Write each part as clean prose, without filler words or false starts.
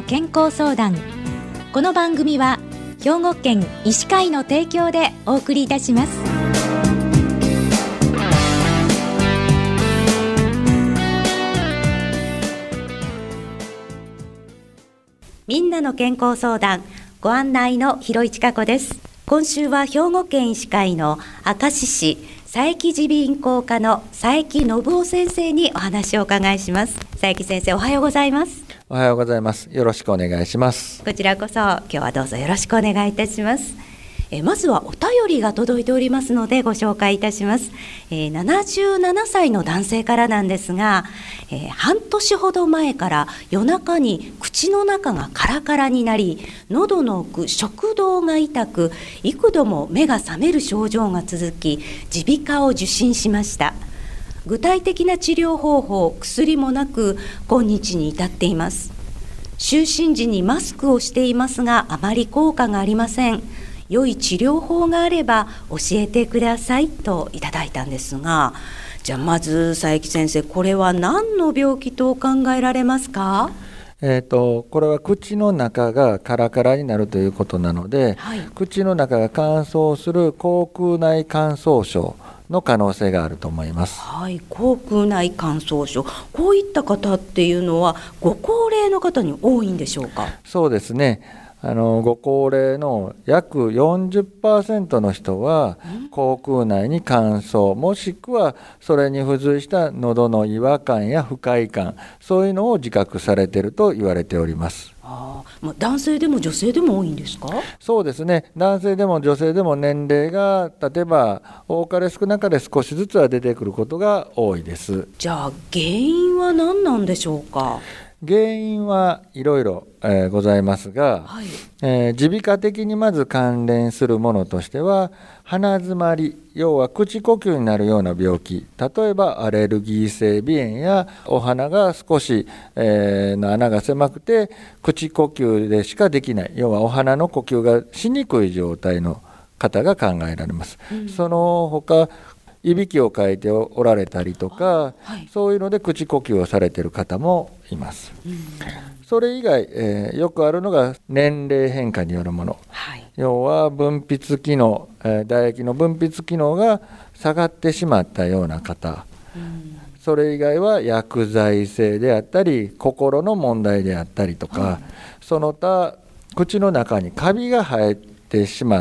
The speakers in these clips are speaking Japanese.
健康相談。この番組は兵庫県医師会の提供でお送りいたします。みんなの健康相談、ご案内の広市加子です。今週は兵庫県医師会の明石市佐伯耳鼻咽喉科の佐伯信夫先生にお話をお伺いします。佐伯先生、おはようございます。 おはようございます。よろしくお願いします。 こちらこそ今日はどうぞよろしくお願いいたします。まずはお便りが届いておりますのでご紹介いたします。77歳の男性からなんですが、半年ほど前から夜中に口の中がカラカラになり、喉の奥、食道が痛く、幾度も目が覚める症状が続き、耳鼻科を受診しました。具体的な治療方法、薬もなく今日に至っています。就寝時にマスクをしていますが、あまり効果がありません。良い治療法があれば教えてくださいといただいたんですが、じゃあまず佐伯先生、これは何の病気と考えられますか？ これは口の中がカラカラになるということなので、口の中が乾燥する口腔内乾燥症の可能性があると思います。 口腔内乾燥症、こういった方っていうのはご高齢の方に多いんでしょうか？ そうですね。ご高齢の約 40% の人は口腔内に乾燥、もしくはそれに付随した喉の違和感や不快感、そういうのを自覚されていると言われております。 男性でも女性でも多いんですか？ そうですね。男性でも女性でも年齢が例えば多かれ少なかれ少しずつは出てくることが多いです。 じゃあ原因は何なんでしょうか？ 原因はいろいろございますが、耳鼻科的にまず関連するものとしては、鼻詰まり、要は口呼吸になるような病気、例えばアレルギー性鼻炎やお鼻が少し、の穴が狭くて口呼吸でしかできない、要はお鼻の呼吸がしにくい状態の方が考えられます。その他いびきをかいておられたりとか、そういうので口呼吸をされている方もいます。それ以外、よくあるのが年齢変化によるもの、要は分泌機能、唾液の分泌機能が下がってしまったような方、それ以外は薬剤性であったり心の問題であったりとか、その他口の中にカビが生えてしまって、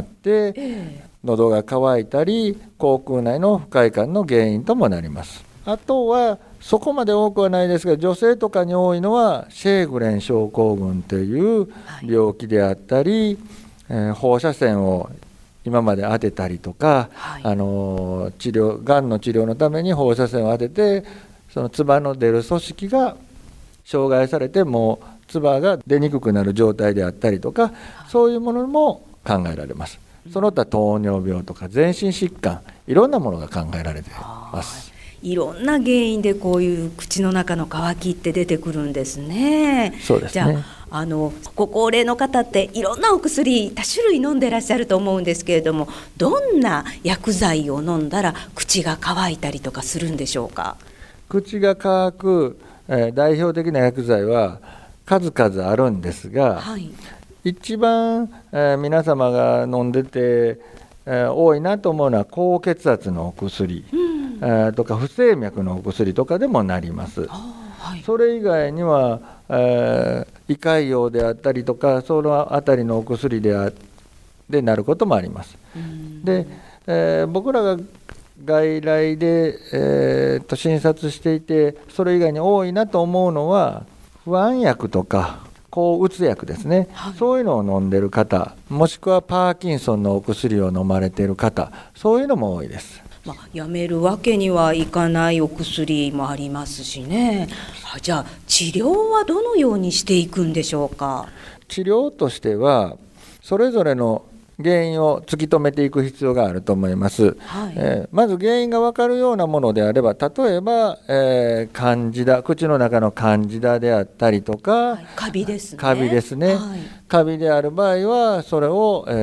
喉が渇いたり口腔内の不快感の原因ともなります。あとはそこまで多くはないですが、女性とかに多いのはシェーグレン症候群という病気であったり、放射線を今まで当てたりとか、がんの治療のために放射線を当てて、その唾の出る組織が障害されてもう唾が出にくくなる状態であったりとか、そういうものも考えられます。その他糖尿病とか全身疾患、いろんなものが考えられています。 いろんな原因でこういう口の中の渇きって出てくるんですね。 そうですね。 じゃあご高齢の方っていろんなお薬多種類飲んでらっしゃると思うんですけれども、どんな薬剤を飲んだら口が渇いたりとかするんでしょうか？ 口が渇く、代表的な薬剤は数々あるんですが、一番、皆様が飲んでて、多いなと思うのは高血圧のお薬、とか不整脈のお薬とかでもなります。それ以外には、胃潰瘍であったりとか、そのあたりのお薬でなることもあります。で、僕らが外来で、診察していて、それ以外に多いなと思うのは不安薬とか抗うつ薬ですね、そういうのを飲んでる方、もしくはパーキンソンのお薬を飲まれている方、そういうのも多いです。 やめるわけにはいかないお薬もありますしね。じゃあ治療はどのようにしていくんでしょうか？ 治療としてはそれぞれの原因を突き止めていく必要があると思います。まず原因が分かるようなものであれば、例えば、カンジダ、口の中のカンジダであったりとか、 カビですね。 カビである場合はそれを、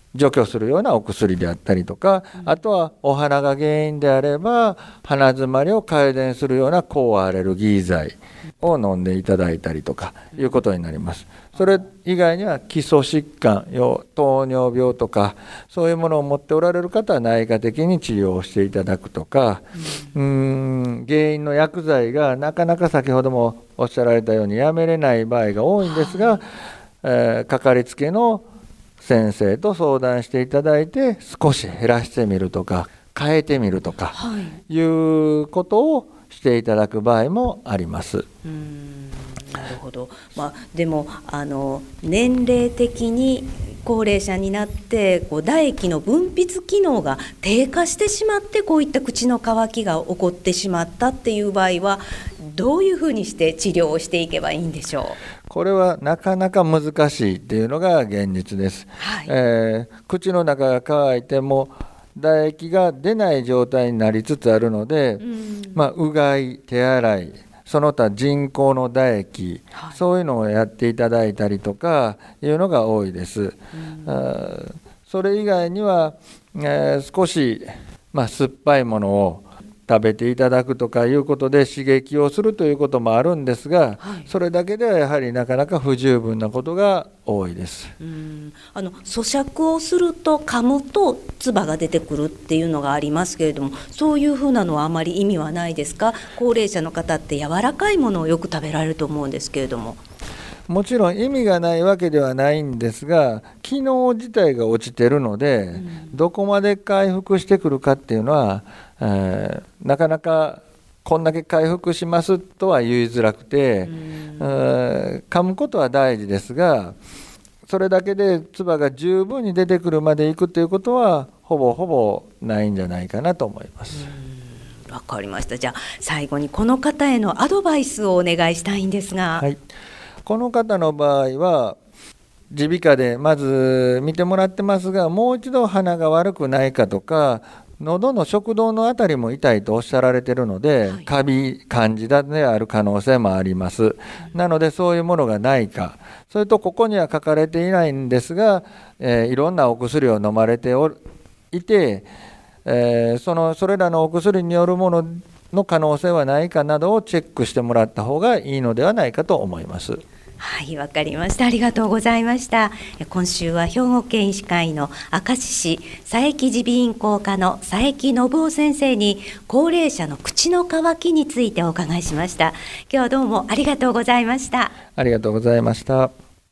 除去するようなお薬であったりとか、あとはお花が原因であれば鼻づまりを改善するような抗アレルギー剤を飲んでいただいたりとかいうことになります。それ以外には基礎疾患、糖尿病とかそういうものを持っておられる方は内科的に治療をしていただくとか、原因の薬剤がなかなか先ほどもおっしゃられたようにやめれない場合が多いんですが、かかりつけの先生と相談していただいて少し減らしてみるとか変えてみるとかいうことをしていただく場合もあります。 なるほど。でも年齢的に高齢者になって唾液の分泌機能が低下してしまってこういった口の渇きが起こってしまったっていう場合はどういうふうにして治療をしていけばいいんでしょう。 これはなかなか難しいっていうのが現実です。口の中が渇いても唾液が出ない状態になりつつあるので、うがい、手洗い、その他人工の唾液、そういうのをやっていただいたりとかいうのが多いです。それ以外には、少し、酸っぱいものを食べていただくとかいうことで刺激をするということもあるんですが、それだけではやはりなかなか不十分なことが多いです。 咀嚼をすると噛むと唾が出てくるっていうのがありますけれども、そういうふうなのはあまり意味はないですか。高齢者の方って柔らかいものをよく食べられると思うんですけれども。 もちろん意味がないわけではないんですが、機能自体が落ちてるので、どこまで回復してくるかっていうのは、なかなかこんだけ回復しますとは言いづらくて、噛むことは大事ですが、それだけで唾が十分に出てくるまでいくということはほぼほぼないんじゃないかなと思います。 わかりました。じゃあ最後にこの方へのアドバイスをお願いしたいんですが。 この方の場合は耳鼻科でまず見てもらってますが、もう一度鼻が悪くないかとか、喉の食道のあたりも痛いとおっしゃられているので、カビ、カンジダである可能性もあります。なのでそういうものがないか、それとここには書かれていないんですが、いろんなお薬を飲まれていて、それらのお薬によるものの可能性はないかなどをチェックしてもらった方がいいのではないかと思います。 はい、わかりました。ありがとうございました。今週は兵庫県医師会の明石市佐伯耳鼻咽喉科の佐伯信夫先生に高齢者の口の渇きについてお伺いしました。今日はどうもありがとうございました。 ありがとうございました。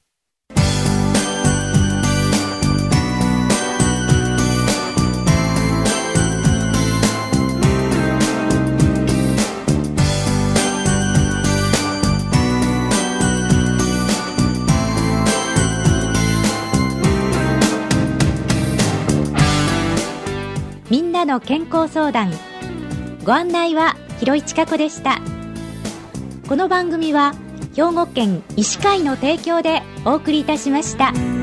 みんなの健康相談、ご案内は広市加子でした。この番組は兵庫県医師会の提供でお送りいたしました。